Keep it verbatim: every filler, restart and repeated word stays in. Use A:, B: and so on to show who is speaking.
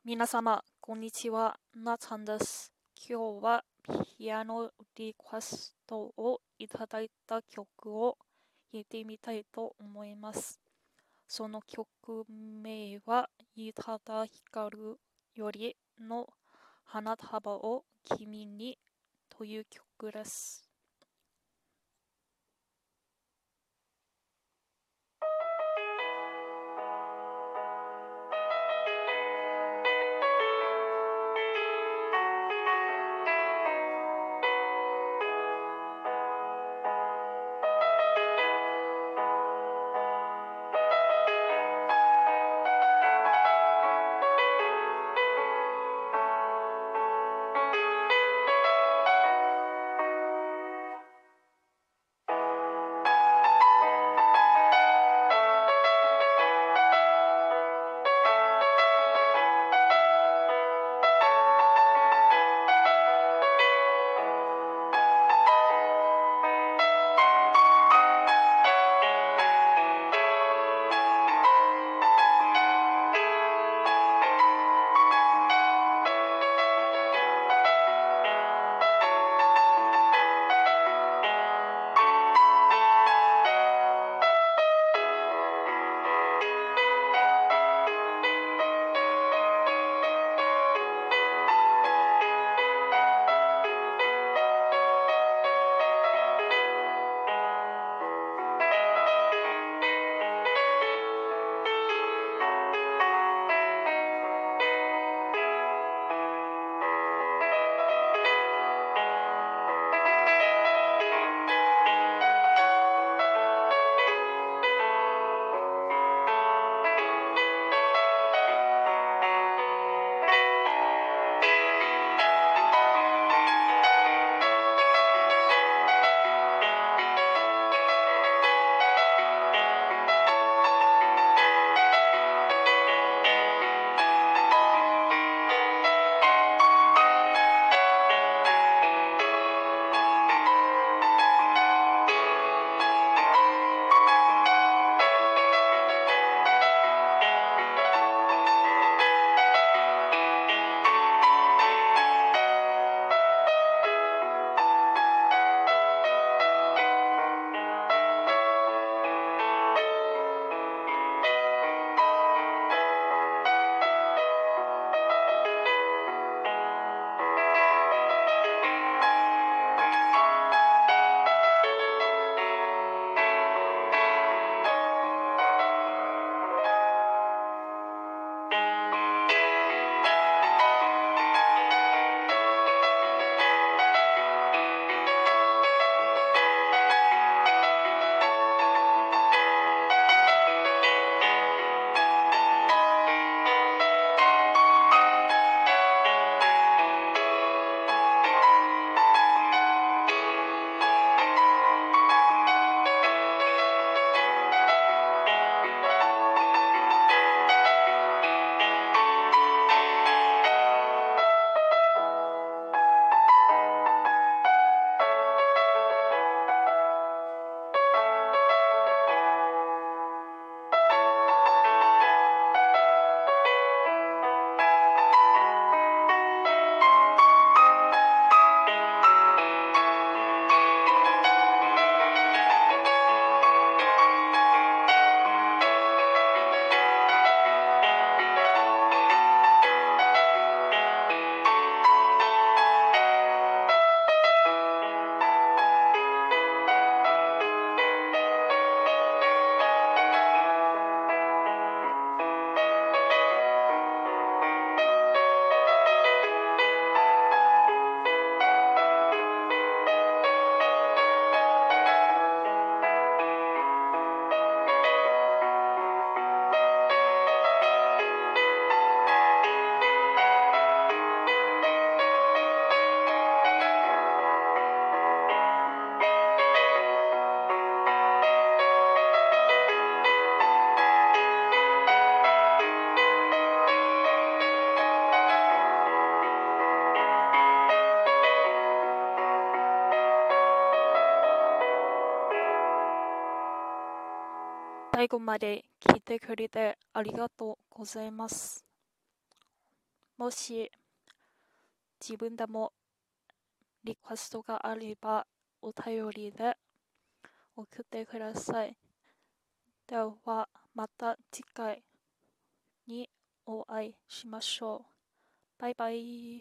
A: 皆様、こんにちは。なつはんです。今日はピアノリクエストをいただいた曲を弾いてみたいと思います。その曲名は、宇多田ヒカルよりの花束を君にという曲です。最後まで聞いてくれてありがとうございます。 もし自分でもリクエストがあればお便りで送ってください。ではまた次回にお会いしましょう。バイバイ。